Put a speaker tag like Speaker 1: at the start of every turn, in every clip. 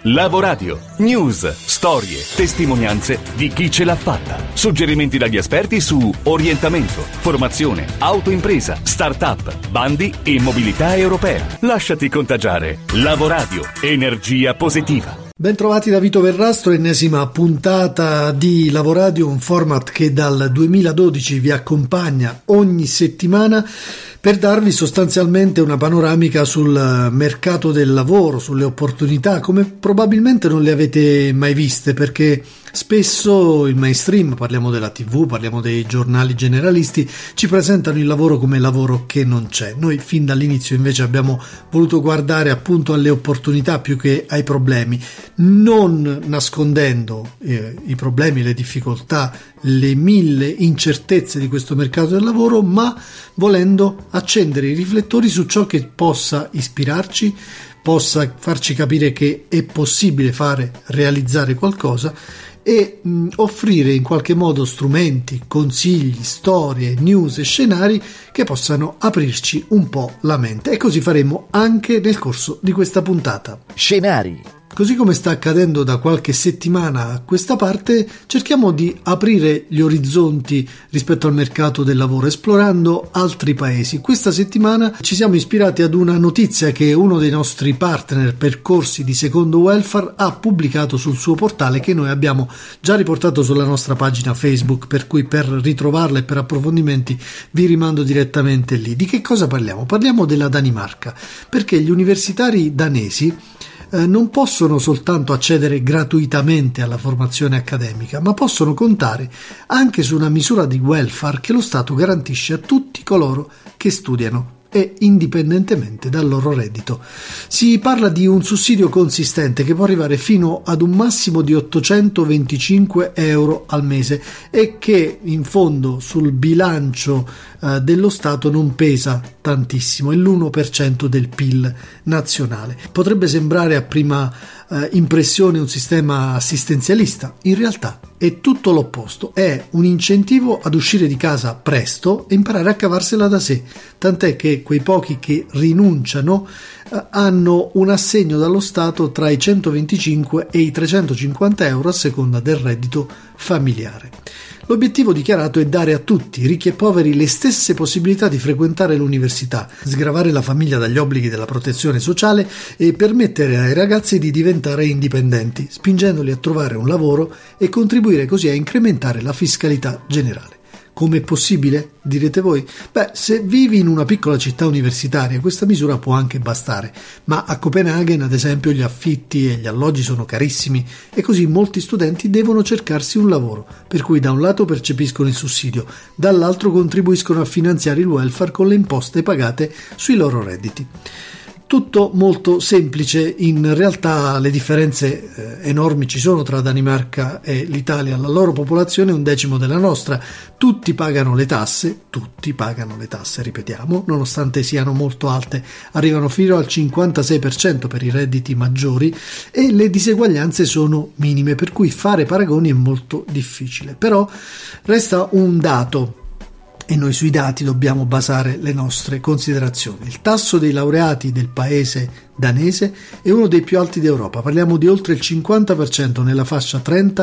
Speaker 1: Lavoradio. News, storie, testimonianze di chi ce l'ha fatta. Suggerimenti dagli esperti su orientamento, formazione, autoimpresa, start-up, bandi e mobilità europea. Lasciati contagiare. Lavoradio. Energia positiva.
Speaker 2: Bentrovati da Vito Verrastro, ennesima puntata di Lavoradio, un format che dal 2012 vi accompagna ogni settimana per darvi sostanzialmente una panoramica sul mercato del lavoro, sulle opportunità, come probabilmente non le avete mai viste, perché spesso il mainstream, parliamo della TV, parliamo dei giornali generalisti, ci presentano il lavoro come lavoro che non c'è. Noi fin dall'inizio invece abbiamo voluto guardare appunto alle opportunità più che ai problemi, non nascondendo i problemi, le difficoltà, le mille incertezze di questo mercato del lavoro, ma volendo accendere i riflettori su ciò che possa ispirarci, possa farci capire che è possibile realizzare qualcosa e offrire in qualche modo strumenti, consigli, storie, news e scenari che possano aprirci un po' la mente. E così faremo anche nel corso di questa puntata.
Speaker 3: Scenari.
Speaker 2: Così come sta accadendo da qualche settimana a questa parte, cerchiamo di aprire gli orizzonti rispetto al mercato del lavoro, esplorando altri paesi. Questa settimana ci siamo ispirati ad una notizia che uno dei nostri partner percorsi di Secondo Welfare ha pubblicato sul suo portale, che noi abbiamo già riportato sulla nostra pagina Facebook, per cui per ritrovarla e per approfondimenti vi rimando direttamente lì. Di che cosa parliamo? Parliamo della Danimarca, perché gli universitari danesi non possono soltanto accedere gratuitamente alla formazione accademica, ma possono contare anche su una misura di welfare che lo Stato garantisce a tutti coloro che studiano e indipendentemente dal loro reddito. Si parla di un sussidio consistente che può arrivare fino ad un massimo di 825 euro al mese e che in fondo sul bilancio dello Stato non pesa tantissimo, è l'1% del PIL nazionale. Potrebbe sembrare a prima impressione un sistema assistenzialista, in realtà è tutto l'opposto, è un incentivo ad uscire di casa presto e imparare a cavarsela da sé, tant'è che quei pochi che rinunciano hanno un assegno dallo Stato tra i 125 e i 350 euro a seconda del reddito familiare. L'obiettivo dichiarato è dare a tutti, ricchi e poveri, le stesse possibilità di frequentare l'università, sgravare la famiglia dagli obblighi della protezione sociale e permettere ai ragazzi di diventare indipendenti, spingendoli a trovare un lavoro e contribuire così a incrementare la fiscalità generale. Come è possibile? Direte voi? Se vivi in una piccola città universitaria questa misura può anche bastare, ma a Copenaghen ad esempio gli affitti e gli alloggi sono carissimi e così molti studenti devono cercarsi un lavoro, per cui da un lato percepiscono il sussidio, dall'altro contribuiscono a finanziare il welfare con le imposte pagate sui loro redditi. Tutto molto semplice, in realtà le differenze enormi ci sono tra Danimarca e l'Italia, la loro popolazione è 1/10 della nostra, tutti pagano le tasse, ripetiamo, nonostante siano molto alte, arrivano fino al 56% per i redditi maggiori e le diseguaglianze sono minime, per cui fare paragoni è molto difficile. Però resta un dato, e noi sui dati dobbiamo basare le nostre considerazioni. Il tasso dei laureati del paese danese è uno dei più alti d'Europa, parliamo di oltre il 50% nella fascia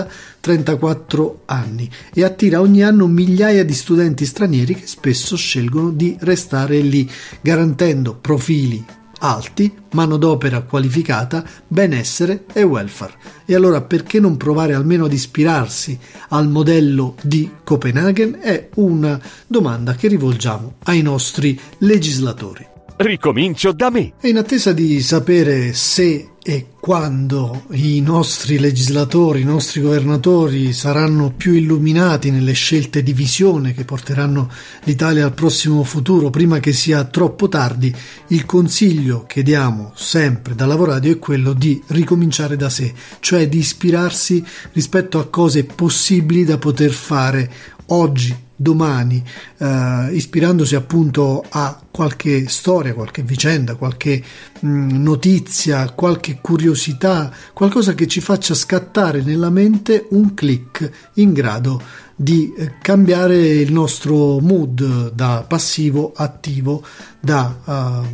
Speaker 2: 30-34 anni e attira ogni anno migliaia di studenti stranieri che spesso scelgono di restare lì, garantendo profili alti, manodopera qualificata, benessere e welfare. E allora perché non provare almeno ad ispirarsi al modello di Copenaghen? È una domanda che rivolgiamo ai nostri legislatori.
Speaker 1: Ricomincio da me.
Speaker 2: E in attesa di sapere se e quando i nostri legislatori, i nostri governatori saranno più illuminati nelle scelte di visione che porteranno l'Italia al prossimo futuro, prima che sia troppo tardi, il consiglio che diamo sempre da Lavoradio è quello di ricominciare da sé, cioè di ispirarsi rispetto a cose possibili da poter fare oggi, domani, ispirandosi appunto a qualche storia, qualche vicenda, qualche notizia, qualche curiosità, qualcosa che ci faccia scattare nella mente un click in grado di cambiare il nostro mood da passivo attivo, da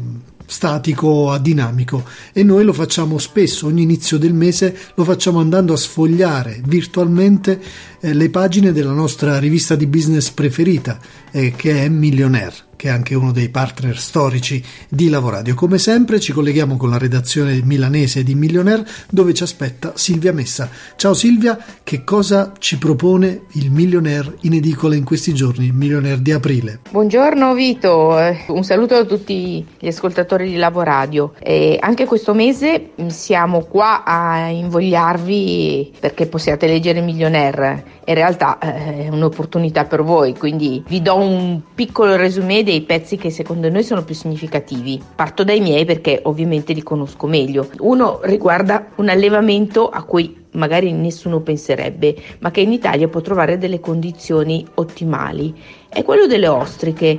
Speaker 2: statico a dinamico, e noi lo facciamo spesso, ogni inizio del mese lo facciamo andando a sfogliare virtualmente le pagine della nostra rivista di business preferita, che è Millionaire, che è anche uno dei partner storici di Lavoradio. Come sempre ci colleghiamo con la redazione milanese di Millionaire, dove ci aspetta Silvia Messa. Ciao Silvia, che cosa ci propone il Millionaire in edicola in questi giorni, il Millionaire di aprile?
Speaker 3: Buongiorno Vito, un saluto a tutti gli ascoltatori di Lavoradio. Anche questo mese siamo qua a invogliarvi perché possiate leggere Millionaire. In realtà è un'opportunità per voi, quindi vi do un piccolo resumé dei pezzi che secondo noi sono più significativi. Parto dai miei perché ovviamente li conosco meglio. Uno riguarda un allevamento a cui magari nessuno penserebbe, ma che in Italia può trovare delle condizioni ottimali. È quello delle ostriche,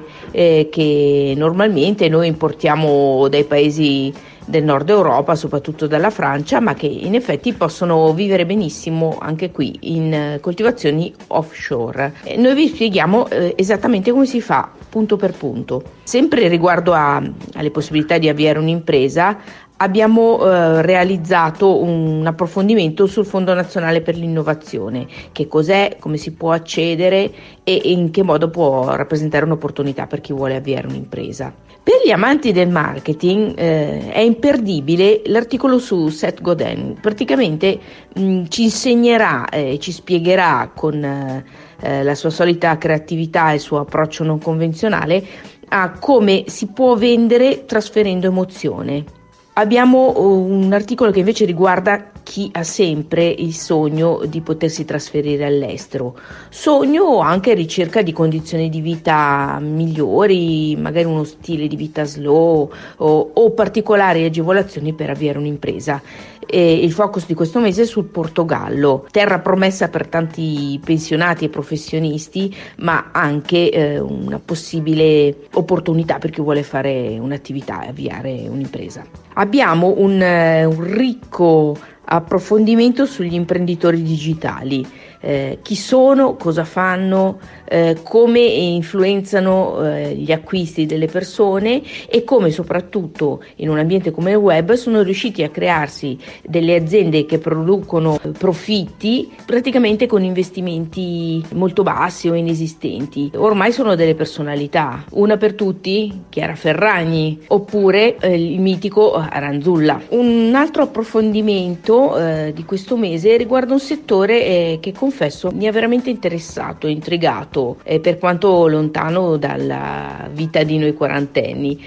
Speaker 3: che normalmente noi importiamo dai paesi del nord Europa, soprattutto dalla Francia, ma che in effetti possono vivere benissimo anche qui in coltivazioni offshore. Noi vi spieghiamo esattamente come si fa, punto per punto. Sempre riguardo alle possibilità di avviare un'impresa, abbiamo realizzato un approfondimento sul Fondo Nazionale per l'Innovazione. Che cos'è, come si può accedere e in che modo può rappresentare un'opportunità per chi vuole avviare un'impresa. Per gli amanti del marketing è imperdibile l'articolo su Seth Godin. Praticamente ci insegnerà e ci spiegherà con la sua solita creatività e il suo approccio non convenzionale a come si può vendere trasferendo emozione. Abbiamo un articolo che invece riguarda chi ha sempre il sogno di potersi trasferire all'estero, sogno anche ricerca di condizioni di vita migliori, magari uno stile di vita slow o particolari agevolazioni per avviare un'impresa. Il focus di questo mese è sul Portogallo, terra promessa per tanti pensionati e professionisti, ma anche una possibile opportunità per chi vuole fare un'attività e avviare un'impresa. Abbiamo un ricco approfondimento sugli imprenditori digitali, chi sono, cosa fanno, come influenzano gli acquisti delle persone e come soprattutto in un ambiente come il web sono riusciti a crearsi delle aziende che producono profitti praticamente con investimenti molto bassi o inesistenti. Ormai sono delle personalità, una per tutti, Chiara Ferragni, oppure il mitico Aranzulla. Un altro approfondimento di questo mese riguarda un settore che confesso mi ha veramente interessato, intrigato, per quanto lontano dalla vita di noi quarantenni.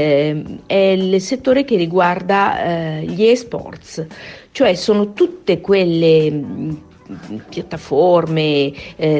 Speaker 3: È il settore che riguarda gli eSports, cioè sono tutte quelle piattaforme,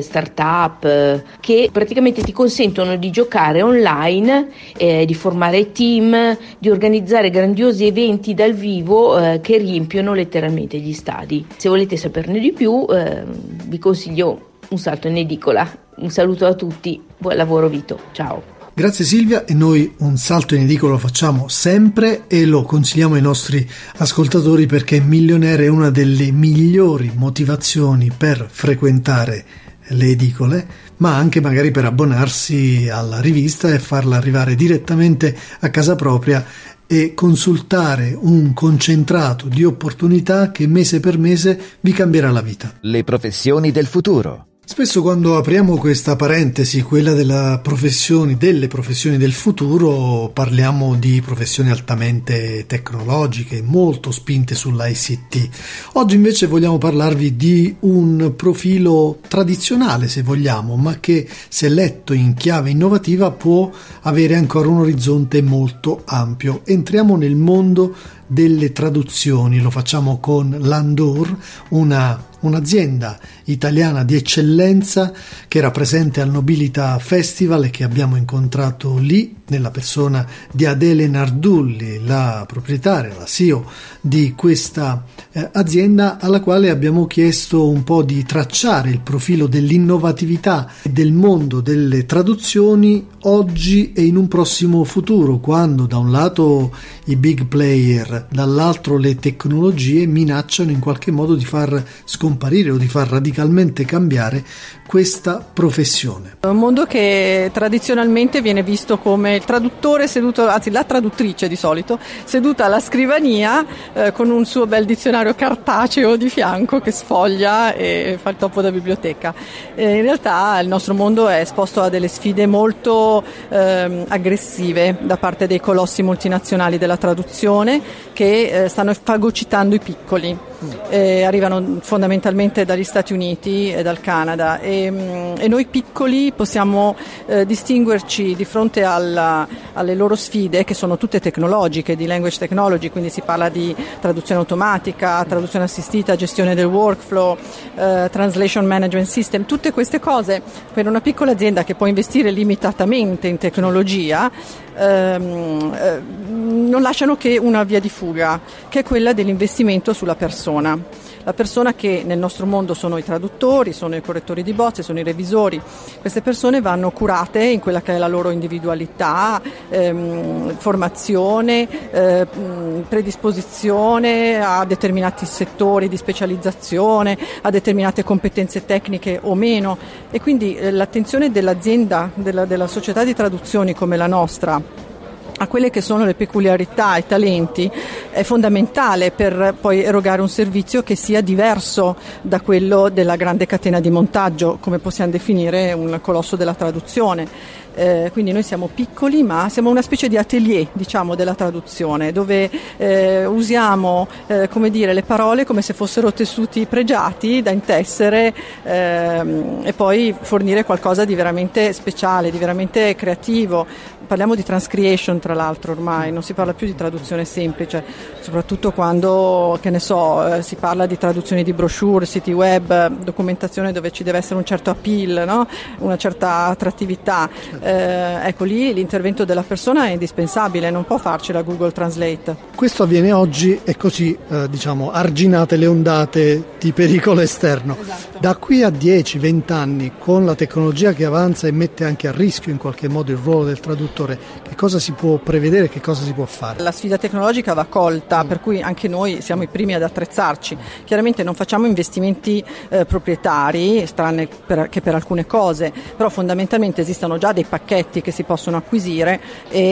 Speaker 3: start-up che praticamente ti consentono di giocare online, di formare team, di organizzare grandiosi eventi dal vivo che riempiono letteralmente gli stadi. Se volete saperne di più, vi consiglio un salto in edicola. Un saluto a tutti, buon lavoro Vito, ciao.
Speaker 2: Grazie Silvia, e noi un salto in edicola lo facciamo sempre e lo consigliamo ai nostri ascoltatori perché Millionaire è una delle migliori motivazioni per frequentare le edicole, ma anche magari per abbonarsi alla rivista e farla arrivare direttamente a casa propria e consultare un concentrato di opportunità che mese per mese vi cambierà la vita.
Speaker 4: Le professioni del futuro.
Speaker 2: Spesso quando apriamo questa parentesi, quella delle professioni del futuro, parliamo di professioni altamente tecnologiche, molto spinte sull'ICT. Oggi invece vogliamo parlarvi di un profilo tradizionale, se vogliamo, ma che se letto in chiave innovativa può avere ancora un orizzonte molto ampio. Entriamo nel mondo delle traduzioni, lo facciamo con Landor, un'azienda italiana di eccellenza che era presente al Nobilita Festival e che abbiamo incontrato lì nella persona di Adele Nardulli, la proprietaria, la CEO di questa azienda, alla quale abbiamo chiesto un po' di tracciare il profilo dell'innovatività e del mondo delle traduzioni oggi e in un prossimo futuro, quando da un lato i big player, dall'altro le tecnologie minacciano in qualche modo di far scomparire o di far radicalmente cambiare questa professione.
Speaker 5: Un mondo che tradizionalmente viene visto come il traduttore seduto, anzi la traduttrice di solito, seduta alla scrivania con un suo bel dizionario cartaceo di fianco che sfoglia e fa il topo da biblioteca. In realtà il nostro mondo è esposto a delle sfide molto aggressive da parte dei colossi multinazionali della traduzione che stanno fagocitando i piccoli. Arrivano fondamentalmente dagli Stati Uniti e dal Canada e noi piccoli possiamo distinguerci di fronte alle loro sfide, che sono tutte tecnologiche, di language technology, quindi si parla di traduzione automatica, traduzione assistita, gestione del workflow, translation management system. Tutte queste cose per una piccola azienda che può investire limitatamente in tecnologia non lasciano che una via di fuga, che è quella dell'investimento sulla persona. La persona, che nel nostro mondo sono i traduttori, sono i correttori di bozze, sono i revisori. Queste persone vanno curate in quella che è la loro individualità, formazione, predisposizione a determinati settori di specializzazione, a determinate competenze tecniche o meno, e quindi l'attenzione dell'azienda, della società di traduzioni come la nostra a quelle che sono le peculiarità e talenti è fondamentale per poi erogare un servizio che sia diverso da quello della grande catena di montaggio, come possiamo definire un colosso della traduzione. Quindi noi siamo piccoli, ma siamo una specie di atelier, diciamo, della traduzione, dove usiamo le parole come se fossero tessuti pregiati da intessere e poi fornire qualcosa di veramente speciale, di veramente creativo. Parliamo di transcreation, tra l'altro, ormai non si parla più di traduzione semplice, soprattutto quando, si parla di traduzione di brochure, siti web, documentazione dove ci deve essere un certo appeal, no? Una certa attrattività. Ecco, lì l'intervento della persona è indispensabile, non può farcela Google Translate.
Speaker 2: Questo avviene oggi e così arginate le ondate di pericolo esterno.
Speaker 5: Esatto.
Speaker 2: Da qui a 10-20 anni, con la tecnologia che avanza e mette anche a rischio in qualche modo il ruolo del traduttore, che cosa si può prevedere, che cosa si può fare?
Speaker 5: La sfida tecnologica va colta, per cui anche noi siamo i primi ad attrezzarci. Chiaramente non facciamo investimenti proprietari, tranne che per alcune cose, però fondamentalmente esistono già dei pacchetti che si possono acquisire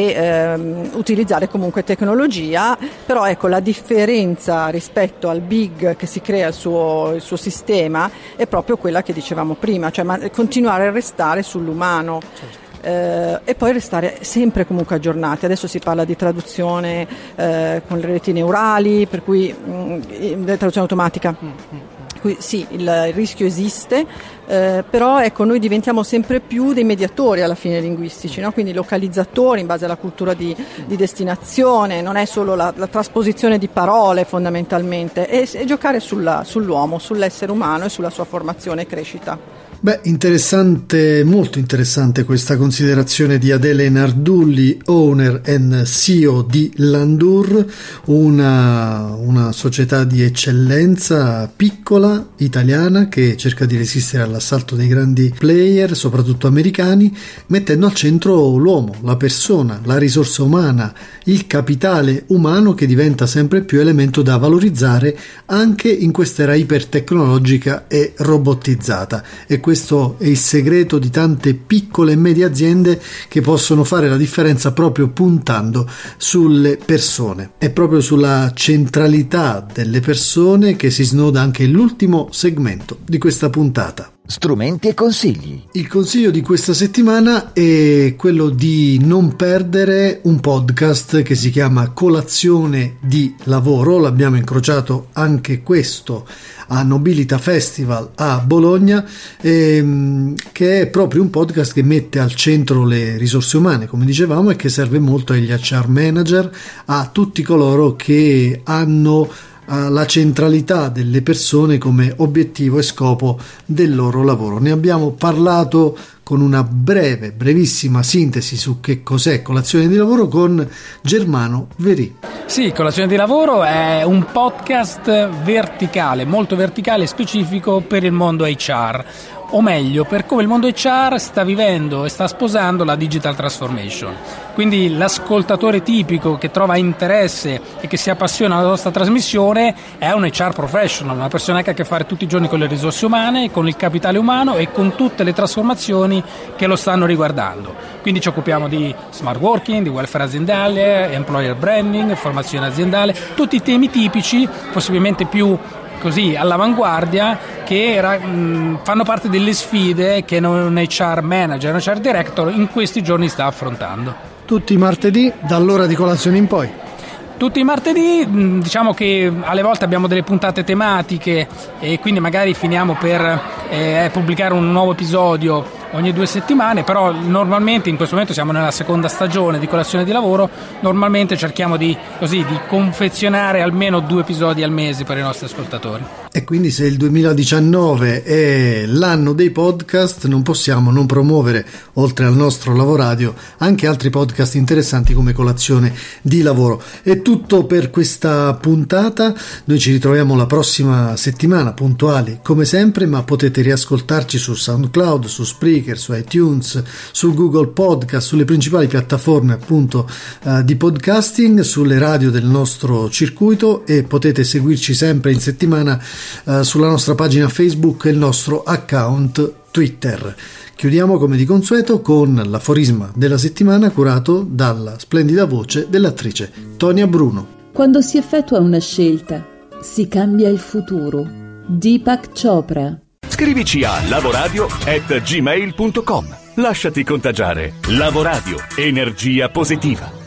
Speaker 5: e utilizzare comunque tecnologia, però ecco, la differenza rispetto al big che si crea il suo sistema è proprio quella che dicevamo prima, cioè continuare a restare sull'umano.
Speaker 2: Certo.
Speaker 5: E poi restare sempre comunque aggiornati. Adesso si parla di traduzione con le reti neurali, per cui traduzione automatica. Sì, il rischio esiste, però ecco, noi diventiamo sempre più dei mediatori alla fine linguistici, no? Quindi localizzatori in base alla cultura di destinazione, non è solo la trasposizione di parole fondamentalmente, è giocare sull'uomo, sull'essere umano e sulla sua formazione e crescita.
Speaker 2: Beh, interessante, molto interessante questa considerazione di Adele Nardulli, owner and CEO di Landur, una società di eccellenza piccola, italiana, che cerca di resistere all'assalto dei grandi player, soprattutto americani, mettendo al centro l'uomo, la persona, la risorsa umana, il capitale umano, che diventa sempre più elemento da valorizzare anche in quest'era ipertecnologica e robotizzata. E questo è il segreto di tante piccole e medie aziende che possono fare la differenza proprio puntando sulle persone. È proprio sulla centralità delle persone che si snoda anche l'ultimo segmento di questa puntata.
Speaker 4: Strumenti e consigli.
Speaker 2: Il consiglio di questa settimana è quello di non perdere un podcast che si chiama Colazione di Lavoro. L'abbiamo incrociato anche questo a Nobilita Festival a Bologna, che è proprio un podcast che mette al centro le risorse umane, come dicevamo, e che serve molto agli HR manager, a tutti coloro che hanno la centralità delle persone come obiettivo e scopo del loro lavoro. Ne abbiamo parlato con una brevissima sintesi su che cos'è Colazione di Lavoro con Germano Verì.
Speaker 6: Sì, Colazione di Lavoro è un podcast verticale, molto verticale e specifico per il mondo HR. o meglio per come il mondo HR sta vivendo e sta sposando la digital transformation. Quindi l'ascoltatore tipico che trova interesse e che si appassiona alla nostra trasmissione è un HR professional, una persona che ha a che fare tutti i giorni con le risorse umane, con il capitale umano e con tutte le trasformazioni che lo stanno riguardando. Quindi ci occupiamo di smart working, di welfare aziendale, employer branding, formazione aziendale, tutti i temi tipici, possibilmente più così all'avanguardia, che fanno parte delle sfide che un HR manager, un HR director in questi giorni sta affrontando. Tutti i martedì dall'ora di colazione in poi. Tutti i martedì, diciamo che alle volte abbiamo delle puntate tematiche e quindi magari finiamo per pubblicare un nuovo episodio ogni 2 settimane, però normalmente in questo momento siamo nella seconda stagione di Colazione di Lavoro, normalmente cerchiamo di confezionare almeno 2 episodi al mese per i nostri ascoltatori.
Speaker 2: E quindi se il 2019 è l'anno dei podcast, non possiamo non promuovere, oltre al nostro Lavoradio, anche altri podcast interessanti come Colazione di Lavoro. È tutto per questa puntata, noi ci ritroviamo la prossima settimana puntuali come sempre, ma potete riascoltarci su SoundCloud, su Spreaker, su iTunes, su Google Podcast, sulle principali piattaforme appunto di podcasting, sulle radio del nostro circuito, e potete seguirci sempre in settimana sulla nostra pagina Facebook e il nostro account Twitter. Chiudiamo come di consueto con l'aforisma della settimana curato dalla splendida voce dell'attrice Tonia Bruno.
Speaker 7: Quando si effettua una scelta, si cambia il futuro. Deepak Chopra.
Speaker 1: Scrivici a lavoradio@gmail.com. Lasciati contagiare. Lavoradio, energia positiva.